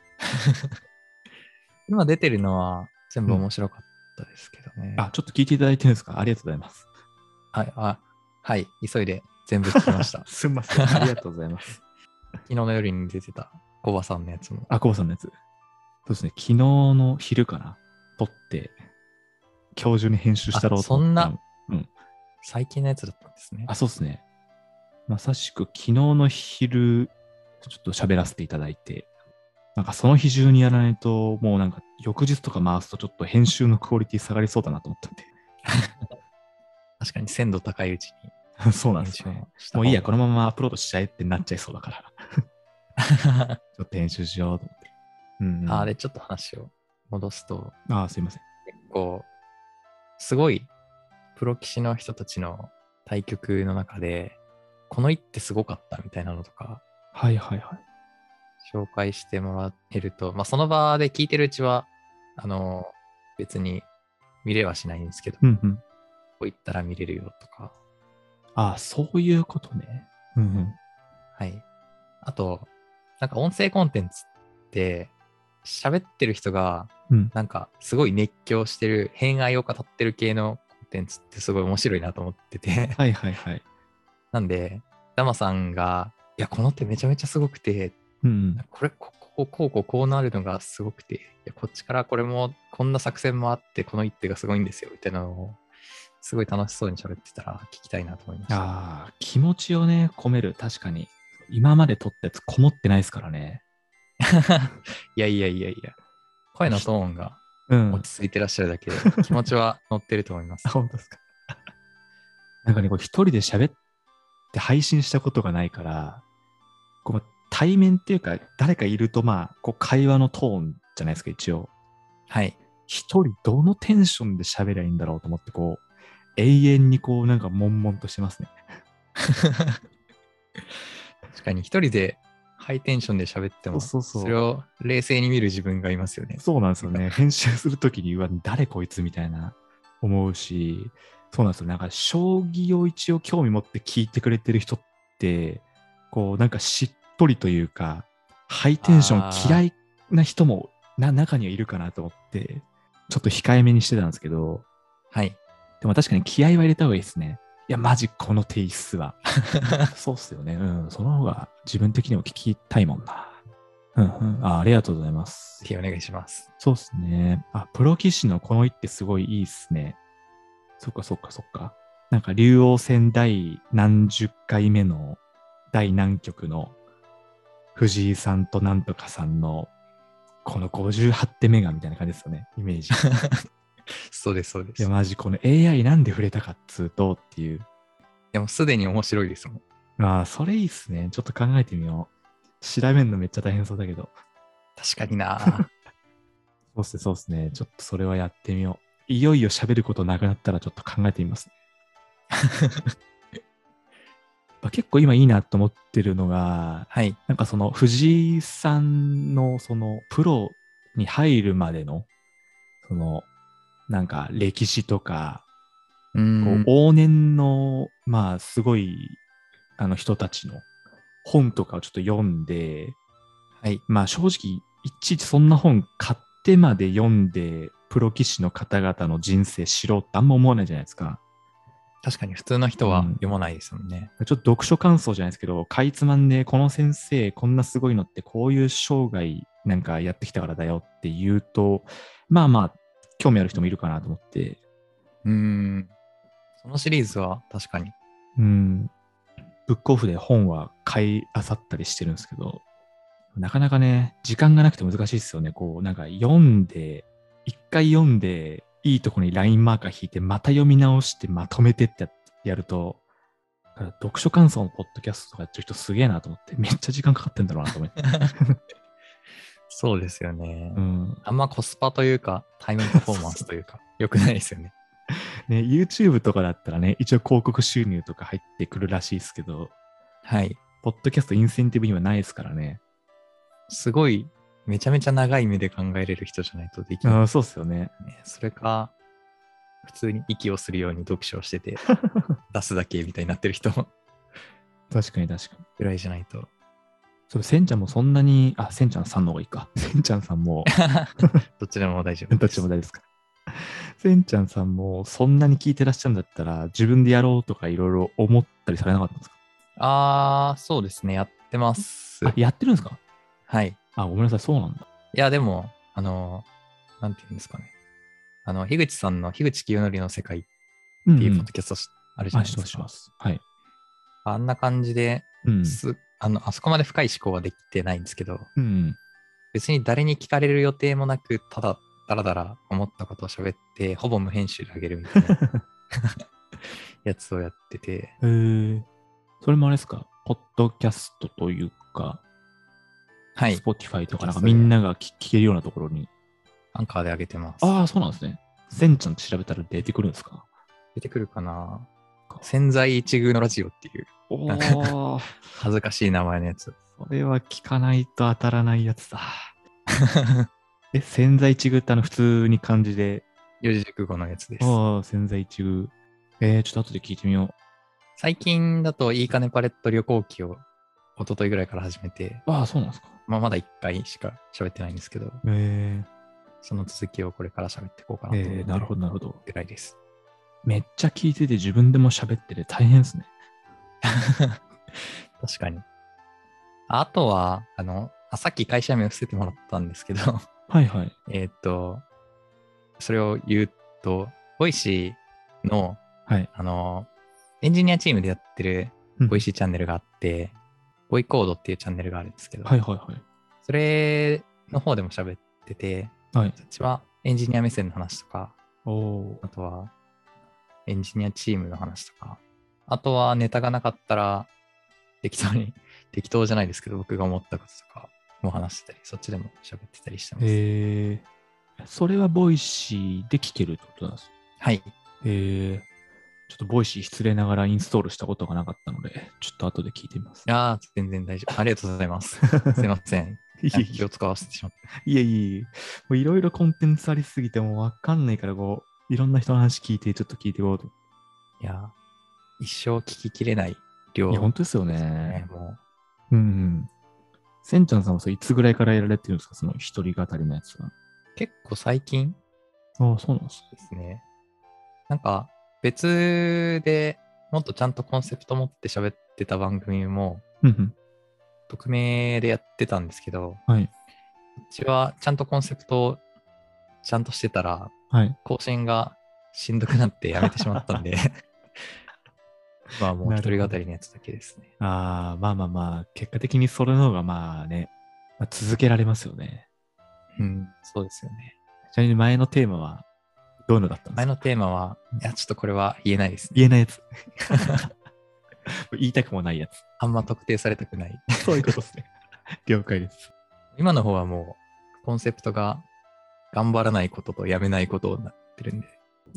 B: 今出てるのは全部
A: うん
B: 面白かったですけどね。
A: あ、ちょっと聞いていただいてるんですか？ありがとうございます。
B: はい、あ、はい、急いで全部聞きました。
A: すみません。ありがとうございます。
B: 昨日の夜に出てたコバさんのやつも。
A: あ、コバさんのやつ。そうですね。昨日の昼かな。撮って、今日中に編集したろ
B: あ、
A: うと思った
B: そんな、
A: うん。
B: 最近のやつだったんですね。
A: あ、そうですね。まさしく昨日の昼、ちょっと喋らせていただいて、なんかその日中にやらないと、もうなんか翌日とか回すとちょっと編集のクオリティ下がりそうだなと思ったんで。
B: 確かに鮮度高いうち
A: に。そうなんですよ、ね。もういいや、このままアップロードしちゃえってなっちゃいそうだから。ちょっと編集しようと思って。うんうん、
B: あれ、ちょっと話を戻すと。
A: ああ、すいません。
B: 結構、すごいプロ棋士の人たちの対局の中で、この一手すごかったみたいなのとか、
A: はいはいはい。
B: 紹介してもらえると、まあ、その場で聞いてるうちは、あの、別に見れはしないんですけど、
A: うんうん、
B: こう言ったら見れるよとか。
A: ああ、そういうことね。うんうん、
B: はい。あと、なんか音声コンテンツって、喋ってる人が、なんかすごい熱狂してる、偏愛を語ってる系のコンテンツってすごい面白いなと思ってて。
A: はいはいはい。
B: なんで、ダマさんが、いや、この手めちゃめちゃすごくて、
A: うん。
B: これ、ここ、こう、こう、こうなるのがすごくて、いやこっちからこれも、こんな作戦もあって、この一手がすごいんですよ、みたいなのを、すごい楽しそうに喋ってたら聞きたいなと思いました。
A: ああ、気持ちをね、込める。確かに。今まで撮ったやつこもってないですからね。
B: いやいやいやいや、声のトーンが
A: うん。
B: 落ち着いてらっしゃるだけで、気持ちは乗ってると思います
A: あ、。本当ですか。なんかね、こう一人で喋って配信したことがないから、こう対面っていうか、誰かいると、まあ、こう会話のトーンじゃないですか、一応。
B: はい。
A: 一人どのテンションで喋りゃいいんだろうと思って、こう、永遠にこう、なんか悶々としてますね。
B: 確かに一人でハイテンションで喋っても、
A: そうそうそう
B: それを冷静に見る自分がいますよね。
A: そうなんですよね。編集するときに、うわ、誰こいつみたいな思うし、そうなんですよ。なんか、将棋を一応興味持って聞いてくれてる人って、こう、なんかしっとりというか、ハイテンション嫌いな人もな中にはいるかなと思って、ちょっと控えめにしてたんですけど、
B: はい。
A: でも確かに気合は入れた方がいいですね。いや、マジこのテイストは。そうっすよね。うん。その方が自分的にも聞きたいもんな。うんうん。あ、ありがとうございます
B: ぜ。ひお願いします。
A: そうっすね。あ、プロ棋士のこの一手すごいいいっすね。そっかそっかそっか。なんか竜王戦第何十回目の第何局の藤井さんとなんとかさんのこのごじゅうはち手目がみたいな感じですよね。イメージ。
B: そうです、そうで
A: いや、
B: す。
A: マジこの エーアイ なんで触れたかっつうとっていう。
B: でもすでに面白いですもん。
A: ああ、それいいっすね。ちょっと考えてみよう。調べるのめっちゃ大変そうだけど。
B: 確かにな
A: そうっすね、そうっすね。ちょっとそれはやってみよう。いよいよ喋ることなくなったらちょっと考えてみますね。結構今いいなと思ってるのが、
B: はい。
A: なんかその藤井さんのそのプロに入るまでの、そのなんか歴史とか、
B: うーん。
A: こう往年の、まあすごいあの人たちの本とかをちょっと読んで、
B: はい。
A: まあ正直いちいちそんな本買ってまで読んで、プロ棋士の方々の人生知ろうってあんま思わないじゃないですか。
B: 確かに普通の人は
A: うん
B: 読まないですもんね。
A: ちょっと読書感想じゃないですけど、かいつまんで、この先生、こんなすごいのってこういう生涯なんかやってきたからだよって言うと、まあまあ、興味ある人もいるかなと思って、
B: うーん。そのシリーズは確かに。
A: うん、ブックオフで本は買い漁ったりしてるんですけど、なかなかね、時間がなくて難しいですよね。こう、なんか読んで、一回読んで、いいとこにラインマーカー引いて、また読み直してまとめてってやると、だから読書感想のポッドキャストとかやってる人すげえなと思って、めっちゃ時間かかってんだろうなと思って。
B: そうですよね。
A: うん。
B: あんまコスパというか、タイムパフォーマンスというか、良くないですよね。
A: ね、YouTube とかだったらね、一応広告収入とか入ってくるらしいですけど、
B: はい。
A: ポッドキャストインセンティブにはないですからね。
B: すごい、めちゃめちゃ長い目で考えれる人じゃないとできない、
A: ああ、そうっすよね。
B: ね。それか、普通に息をするように読書をしてて、出すだけみたいになってる人
A: 確かに確かに。
B: ぐらいじゃないと。
A: それ、せんちゃんもそんなに、あ、せんちゃんさんの方がいいか。せんちゃんさんも、
B: どっちでも大丈夫
A: どっ
B: です。
A: ちも大丈夫ですか。せんちゃんさんもそんなに聞いてらっしゃるんだったら、自分でやろうとかいろいろ思ったりされなかったんですか？
B: あー、そうですね。やってます。
A: あ、やってるんですか？
B: はい。
A: あ、ごめんなさい、そうなんだ。
B: いや、でも、あの、なんて言うんですかね。あの、樋口さんの樋口清則の世界っていうポッ
A: うんうん。
B: ドキャストしあるじゃ
A: あ、
B: ないですか。
A: しますします。はい。
B: あんな感じで、
A: うん。
B: すあの、あそこまで深い思考はできてないんですけど、
A: うん。
B: 別に誰に聞かれる予定もなく、ただ、だらだら思ったことを喋って、ほぼ無編集であげるみたいなやつをやってて、
A: へえ。それもあれですか、ポッドキャストというか、
B: はい。
A: Spotify とかなんか
B: ポッドキャストで
A: みんなが聞聞けるようなところに。
B: アンカーであげてます。
A: ああ、そうなんですね。せんちゃんって調べたら出てくるんですか？
B: 出てくるかな。千載一遇のラジオっていう、
A: お
B: なん
A: お、
B: 恥ずかしい名前のやつ。
A: それは聞かないと当たらないやつだ。え、千載一遇ってあの普通に漢字で。
B: 四字熟語のやつです。
A: ああ、千載一遇。えー、ちょっと後で聞いてみよ
B: 最近だと、いいかねパレット旅行記を一昨日ぐらいから始めて、
A: う。ああ、そうなんですか。
B: まあ、まだ一回しか喋ってないんですけど、
A: えー、
B: その続きをこれから喋っていこうかなと思って、
A: えー、なるほど、なるほど。
B: ぐらいです。
A: めっちゃ聞いてて自分でも喋ってて大変ですね。
B: 確かに。あとは、あの、 あ、さっき会社名を伏せてもらったんですけど、
A: はいはい。
B: えーっと、それを言うと、ボイシーの、
A: はい。
B: あの、エンジニアチームでやってる
A: うん
B: ボイシーチャンネルがあって、ボイコードっていうチャンネルがあるんですけど、
A: はいはいはい。
B: それの方でも喋ってて、
A: はい。
B: そっちはエンジニア目線の話とか、
A: おお
B: あ。とはエンジニアチームの話とか、あとはネタがなかったら適当に、適当じゃないですけど、僕が思ったこととかも話してたり、そっちでも喋ってたりしてます。
A: えー、それはボイシーで聞けるってことなんです。
B: はい。
A: えー、ちょっとボイシー失礼ながらインストールしたことがなかったので、ちょっと後で聞いてみます。
B: ああ、全然大丈夫。ありがとうございます。すいません。
A: いえい
B: 気を使わせてしまって。
A: え、いえいえ、もういろいろコンテンツありすぎてもうわかんないから、こう、いろんな人の話聞いて、ちょっと聞いていこうと。
B: いや、一生聞ききれない量、
A: いや、本当ですよ
B: ね。
A: ね。
B: も
A: うん、うん。せんちゃんさんはそれいつぐらいからやられてるんですか、その一人語りのやつは。
B: う結構最近
A: ああ、そうなんです
B: ですね。なんか別でもっとちゃんとコンセプト持って喋ってた番組も
A: ね。うん、うん。
B: 匿名でやってたんですけど、
A: はい。
B: うちはちゃんとコンセプトをちゃんとしてたら、
A: はい。
B: 更新がしんどくなってやめてしまったんで、まあもう一人語
A: なるほど。
B: りのやつだけですね。
A: ああ、まあまあまあ、結果的にそれの方がまあね、まあ、続けられますよね。
B: うん、そうですよね。
A: ちなみに前のテーマはどういうのだったんですか？
B: 前のテーマは、いや、ちょっとこれは言えないですね。
A: 言えないやつ。言いたくもないやつ。
B: あんま特定されたくない。
A: そういうことですね。了解です。
B: 今の方はもう、コンセプトが頑張らないこととやめないことになってるんで。
A: うん。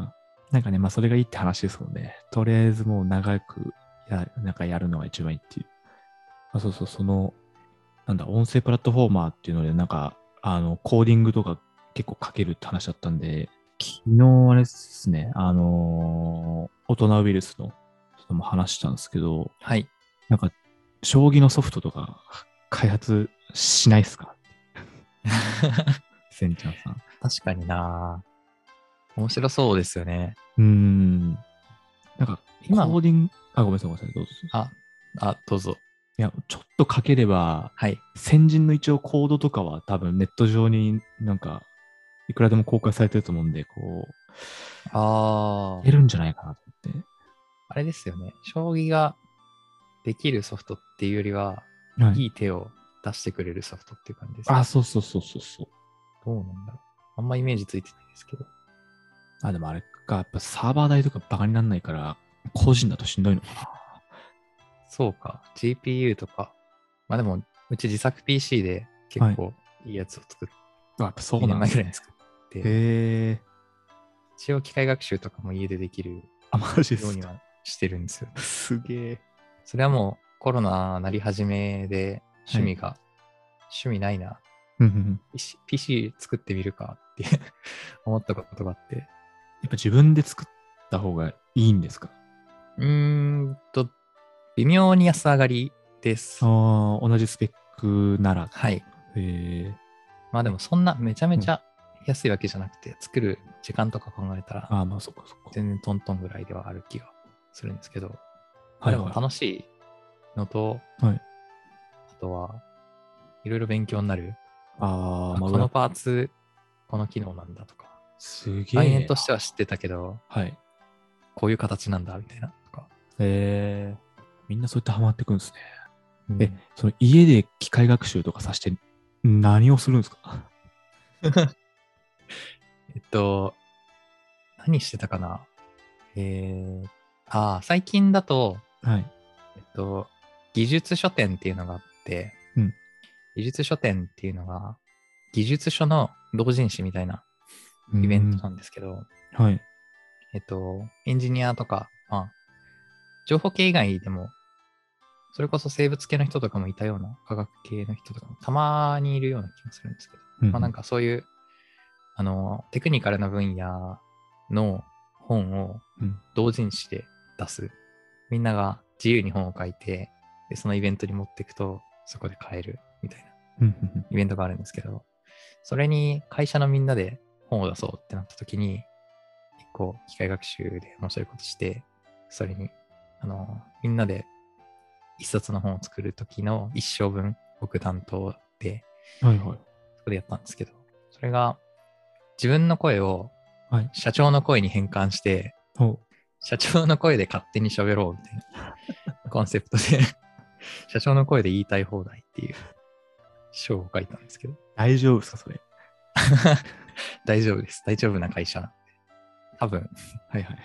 A: なんかね、まあそれがいいって話ですもんね。とりあえずもう長くや、なんかやるのが一番いいっていう。あ、そうそう、その、なんだ、音声プラットフォーマーっていうので、なんか、あの、コーディングとか結構書けるって話だったんで、昨日あれですね、あのー大人ウイルスの人も話したんですけど、
B: はい。
A: なんか、将棋のソフトとか開発しないっすか？せんちゃんさん。
B: 確かにな面白そうですよね。
A: うーん。なんか、コ
B: 今、
A: ーディング、あ、ごめんなさい、ごめんなさい、どうぞ。
B: あ、あ、どうぞ。
A: いや、ちょっと書ければ、
B: はい。
A: 先人の一応コードとかは多分ネット上になんか、いくらでも公開されてると思うんで、こう、
B: ああ、
A: いけるんじゃないかなと思っ
B: あれですよね。将棋ができるソフトっていうよりは、
A: て。はい。
B: いい手を出してくれるソフトっていう感じですか。
A: あ、そうそうそうそうそう。
B: どうなんだろう。あんまイメージついてないですけど。
A: あ、でもあれか、やっぱサーバー代とかバカになんないから、個人だとしんどいのか
B: そうか。ジーピーユー とか。まあでも、うち自作 ピーシー で
A: な。はい。
B: 結構いいやつを作っ
A: あ、やっぱそ
B: て、2年前
A: うなんですね。
B: ぐらいに作って、
A: へえ。
B: 一応機械学習とかも家でできる
A: あ、マジですか。
B: ようにはしてるんですよ。
A: すげえ。
B: それはもうコロナなり始めで趣味が、趣味ないな。
A: うんうんうん。
B: ピーシー、ピーシー 作ってみるかって思ったことがあって。
A: やっぱ自分で作った方がいいんですか？
B: うーんと、微妙に安上がりです。
A: ああ、同じスペックなら。
B: はい。
A: へえ。
B: まあでもそんなめちゃめちゃ安いわけじゃなくて、作る時間とか考えたら、
A: ああ、まあそっかそっか。
B: 全然トントンぐらいではある気がするんですけど、まあでも
A: はいはい。
B: 楽しいのと、
A: はい。
B: あとはいろいろ勉強になる。
A: ああ、まあ、
B: あこのパーツ、この機能なんだとか、
A: すげ
B: 概念
A: えな。
B: としては知ってたけど、
A: はい。
B: こういう形なんだみたいなとか。
A: えー、みんなそうやってハマってくんですね。
B: うん
A: え、その家で機械学習とかさして何をするんですか？
B: えっと、何してたかなえー、ああ、最近だと、
A: はい。
B: えっと、技術書店っていうのがあって、
A: うん
B: 技術書店っていうのが、技術書の同人誌みたいな
A: うー
B: イベント
A: ん。
B: なんですけど、
A: はい。
B: えっと、エンジニアとか、まあ、情報系以外でも、それこそ生物系の人とかもいたような、科学系の人とかもたまにいるような気がするんですけど、
A: うんうん
B: まあなんかそういう、あの、テクニカルな分野の本を
A: うん
B: 同人誌で出す。みんなが自由に本を書いて、で、そのイベントに持っていくと、そこで買えるみたいな
A: うんうんうん
B: イベントがあるんですけど、それに会社のみんなで本を出そうってなった時に、一個機械学習で面白いことして、それに、あの、みんなで一冊の本を作る時の一生分僕担当で、
A: はいはい。
B: そこでやったんですけど、それが自分の声を
A: はい。
B: 社長の声に変換して、
A: ほ
B: 社長の声で勝手に喋ろうみたいなコンセプトで、社長の声で言いたい放題っていう章を書いたんですけど、
A: 大丈夫ですか、それ。
B: 大丈夫です。大丈夫な会社なんで。多分、
A: はいはい。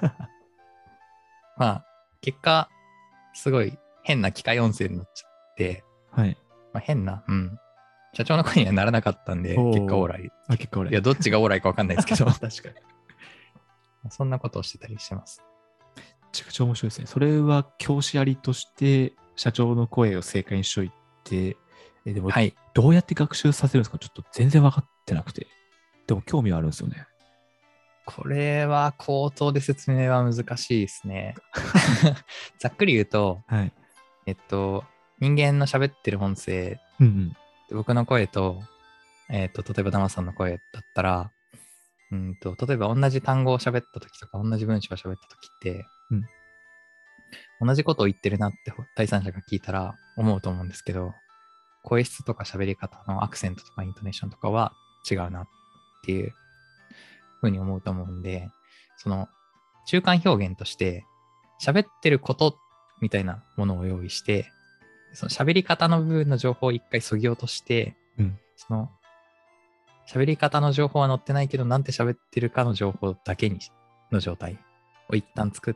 B: まあ、結果、すごい変な機械音声になっちゃって、
A: はい。
B: まあ、変な、うん。社長の声にはならなかったんで、
A: おー
B: 結果オーライ。
A: あ、結構俺。
B: いや、どっちがオーライか分かんないですけど、
A: 確かに。
B: そんなことをしてたりしてます。
A: めちゃくちゃ面白いですね。それは教師ありとして社長の声を正解にしといて、えでも
B: はい。
A: どうやって学習させるんですか？ちょっと全然分かってなくて。でも興味はあるんですよね。
B: これは口頭で説明は難しいですね。ざっくり言うと、
A: はい。
B: えっと、人間の喋ってる音声、
A: うんうん。
B: 僕の声と、えっと、例えばダマさんの声だったら、うんと、例えば同じ単語を喋った時とか、同じ文章を喋った時って、
A: うん
B: 同じことを言ってるなって第三者が聞いたら思うと思うんですけど、声質とか喋り方のアクセントとかイントネーションとかは違うなっていうふうに思うと思うんで、その中間表現として喋ってることみたいなものを用意して、その喋り方の部分の情報を一回削ぎ落として、
A: うん。
B: その喋り方の情報は載ってないけど、なんて喋ってるかの情報だけにの状態を一旦作って、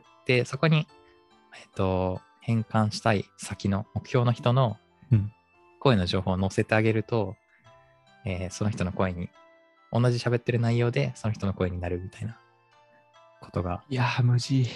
B: そこに、えっと、変換したい先の目標の人の
A: うん。
B: 声の情報を載せてあげると、えーその人の声に、同じ喋ってる内容でその人の声になるみたいなことが、
A: いやー、無事。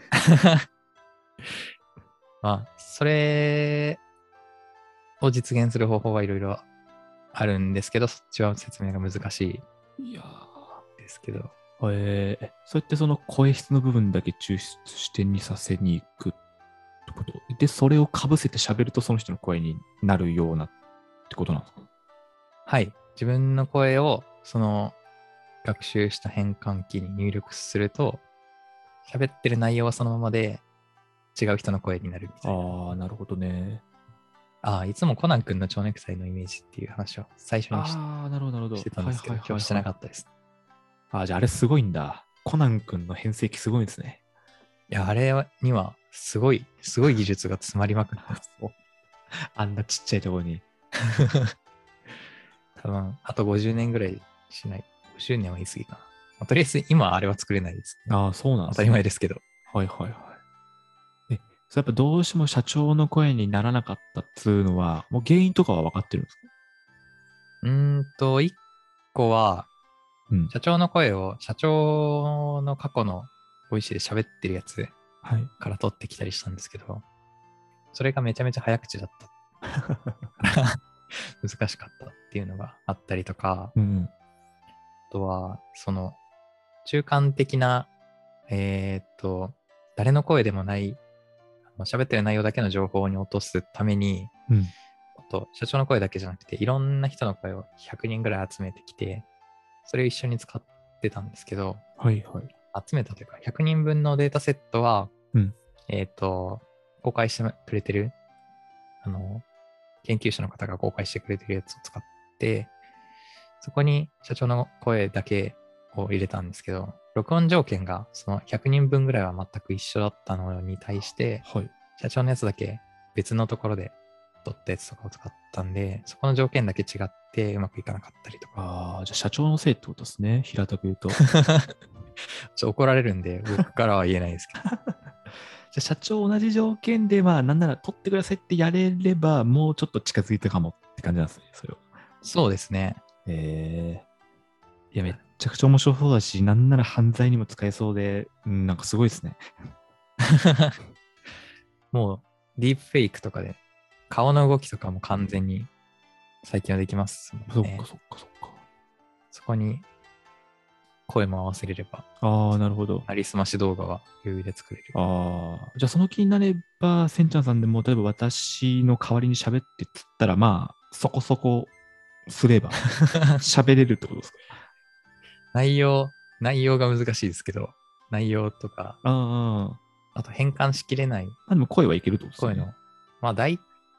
B: まあ、それを実現する方法はいろいろあるんですけど、そっちは説明が難し
A: いや
B: いですけど、
A: ー。えー、そうやってその声質の部分だけ抽出してにさせに行くってことで、それをかぶせて喋るとその人の声になるようなってことなんですか？
B: はい。自分の声をその学習した変換器に入力すると、喋ってる内容はそのままで違う人の声になるみたいな。
A: ああ、なるほどね。
B: ああ、いつもコナン君の蝶ネクタイのイメージっていう話を最初にし
A: ああ、なるほど、なるほど。
B: してたんですけど、
A: はいはいはいはい
B: 今日してなかったです。
A: ああ、じゃああれすごいんだ。コナン君の変声器すごいですね。
B: いや、あれにはすごい、すごい技術が詰まりまくってます。
A: あんなちっちゃいところに。
B: 多分、あとごじゅうねんぐらいしない。ごじゅうねんは言い過ぎかな。まあとりあえず今はあれは作れないです、ね。
A: ああ、そうなんですね。
B: 当たり前ですけど。
A: はいはいはい。え、それやっぱどうしても社長の声にならなかったっつうのは、もう原因とかは分かってるんですか？
B: うーんと、一個は、
A: うん。
B: 社長の声を社長の過去のボイスで喋ってるやつ
A: はい。
B: から取ってきたりしたんですけど、それがめちゃめちゃ早口だったから難しかったっていうのがあったりとか、
A: うん。
B: あとは、その中間的な、えーっと、誰の声でもない、あの喋ってる内容だけの情報に落とすために、
A: うん。
B: あと社長の声だけじゃなくて、いろんな人の声をひゃくにんぐらい集めてきて、それを一緒に使ってたんですけど、
A: はいはい。
B: 集めたというか、ひゃくにんぶんのデータセットは、
A: うん。
B: えっ、と、公開してくれてる、あの、研究者の方が公開してくれてるやつを使って、そこに社長の声だけを入れたんですけど、録音条件がそのひゃくにんぶんぐらいは全く一緒だったのに対して、
A: はい。
B: 社長のやつだけ別のところで撮ったやつとかを使ったんで、そこの条件だけ違ってうまくいかなかったりとか。
A: ああ、じゃあ社長のせいってことですね。平たく言うと。じ
B: ちょ怒られるんで、僕からは言えないですけど。
A: ゃあ社長同じ条件で、まあなんなら取ってくださいってやれれば、もうちょっと近づいたかもって感じなんですね。それは。
B: そうですね。
A: ええいや、めっちゃくちゃ面白そうだし、なんなら犯罪にも使えそうで、うん、なんかすごいですね。
B: もう、ディープフェイクとかで、顔の動きとかも完全に最近はできますもんね。
A: そっかそっかそっか。
B: そこに声も合わせれれば、
A: ああ、なるほど。
B: なりすまし動画は余裕で作れる。
A: ああ、じゃあその気になれば、せんちゃんさんでも、例えば私の代わりに喋ってっつったら、まあ、そこそこすれば喋れるってことですか？
B: 内容、内容が難しいですけど、内容とか、
A: ああ、
B: あと変換しきれない
A: あでも声はいけるってことですね。
B: 声の、まあ大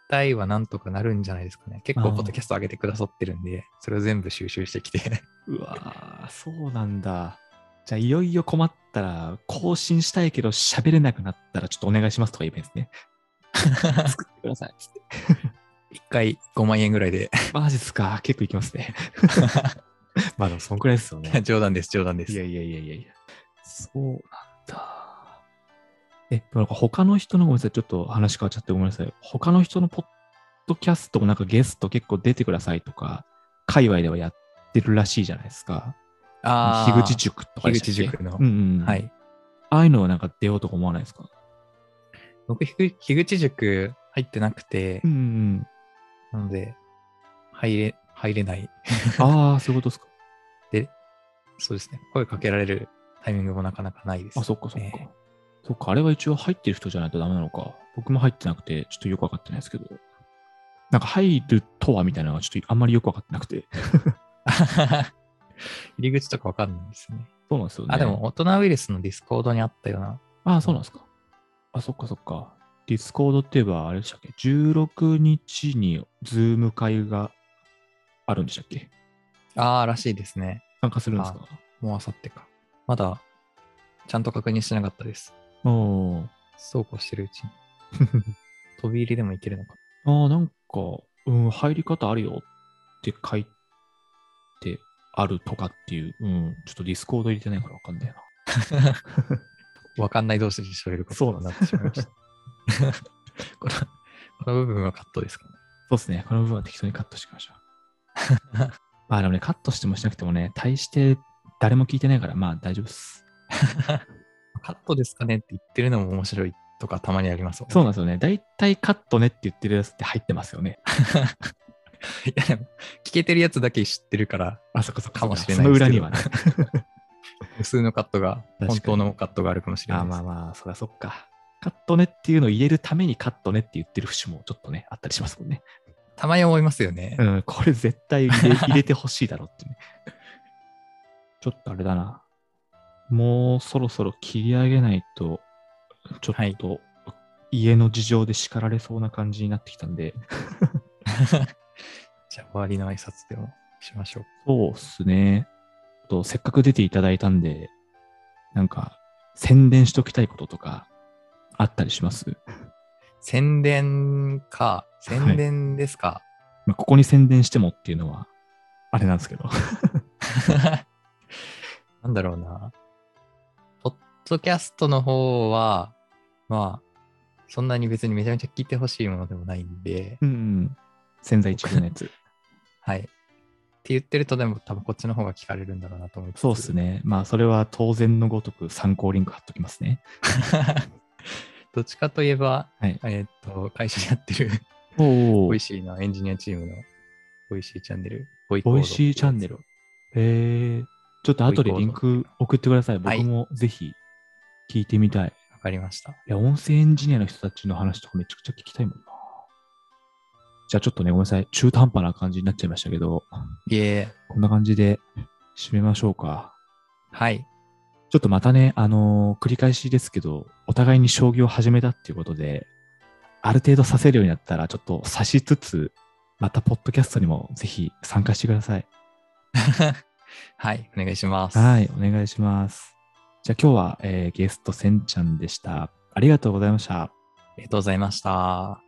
B: 体はなんとかなるんじゃないですかね。結構、
A: あー
B: ポッドキャスト上げてくださってるんで、それを全部収集してきて。
A: うわー、そうなんだ。じゃあ、いよいよ困ったら、更新したいけど喋れなくなったら、ちょっとお願いしますとか言えばいいですね。作ってください。つって。
B: 一回ごまん円ぐらいで。
A: マジっすか。結構いきますね。まあでも、そんくらいですよね。
B: 冗談です、冗談です。
A: いやいやいやいやいや。そうなんだ。え、なんか他の人の、ごめんなさい。ちょっと話変わっちゃってごめんなさい。他の人のポッドキャストもなんかゲスト結構出てくださいとか、界隈ではやってるらしいじゃないですか。
B: ああ。
A: 樋口塾とかでしたっけ。
B: 樋口塾の。
A: うんうん。
B: はい。
A: ああいうのはなんか出ようとか思わないですか？
B: 僕、樋樋口塾入ってなくて、
A: うんうん
B: なので、入れ、入れない。
A: うん。ああ、そういうことですか。
B: で、そうですね。声かけられるタイミングもなかなかないです。
A: あ、そっかそっか。
B: え
A: そっか、あれは一応入ってる人じゃないとダメなのか。僕も入ってなくて、ちょっとよくわかってないですけど。なんか入るとはみたいなのはちょっとあんまりよくわかってなくて。
B: ー入り口とかわかんないですね。
A: そうなんですよね。
B: あ、でも、大人ウイルスのディスコードにあったような。
A: ああ、そうなんですか。あ、そっかそっか。ディスコードって言えば、あれでしたっけ？ じゅうろく 日にズーム会があるんでしたっけ？
B: ああ、らしいですね。
A: 参加するんですか？
B: もうあさってか。まだ、ちゃんと確認してなかったです。
A: おー。
B: そうこうしてるうちに。飛び入りでもいけるのか。
A: ああ、なんか、うん、入り方あるよって書いてあるとかっていう、うん、ちょっとディスコード入れてないからわかんないな。
B: わかんない同士で喋ることになってしまいました。この、この部分はカットですかね。
A: そうですね。この部分は適当にカットしておきましょう。まあでもね、カットしてもしなくてもね、大して誰も聞いてないから、まあ大丈夫です。
B: カットですかねって言ってるのも面白いとかたまにありますもんね。
A: そうなんですよね。大体カットねって言ってるやつって入ってますよね。
B: いやでも、聞けてるやつだけ知ってるから、
A: あ、そこそこ。
B: かもしれない
A: その
B: ですけど
A: 裏にはね。
B: 無数のカットが、
A: に
B: 本当のカットがあるかもしれない
A: あ、
B: です。
A: まあまあ、そりゃそっか。カットねっていうのを入れるためにカットねって言ってる節もちょっとね、あったりしますもんね。
B: たまに思いますよね。
A: うん、これ絶対入れ入れてほしいだろうってね。ちょっとあれだな。もうそろそろ切り上げないと、ちょっと家の事情で叱られそうな感じになってきたんで。
B: じゃあ終わりの挨拶でもしましょう。
A: そうっすね。とせっかく出ていただいたんで、なんか宣伝しときたいこととかあったりします？
B: 宣伝か。宣伝ですか。
A: まあ、ここに宣伝してもっていうのは、あれなんですけど。
B: なんだろうな。ポッドキャストの方は、まあ、そんなに別にめちゃめちゃ聞いてほしいものでもないんで。
A: うん。潜在一遇のやつ。
B: はい。って言ってるとでも多分こっちの方が聞かれるんだろうなと思いつつ。
A: そうっすね。まあそれは当然のごとく参考リンク貼っときますね。
B: どっちかといえば、
A: はい、
B: えーっと、会社でやってる
A: お
B: ボイシーのエンジニアチームのボイシーチャンネル。ボイ
A: ボイシーチャンネル。へえ。ちょっと後でリンク送ってください。僕もぜひ聞いてみたい。わ、
B: はい、かりました。い
A: や、音声エンジニアの人たちの話とかめちゃくちゃ聞きたいもんな。じゃあちょっとね、ごめんなさい。中途半端な感じになっちゃいましたけど。
B: いえ。
A: こんな感じで締めましょうか。
B: はい。
A: ちょっとまたね、あのー、繰り返しですけど、お互いに将棋を始めたっていうことで、ある程度させるようになったら、ちょっと指しつつ、またポッドキャストにもぜひ参加してください。
B: はい、お願いします。
A: はい、お願いします。じゃあ今日は、えー、ゲストせんちゃんでした。ありがとうございました。
B: ありがとうございました。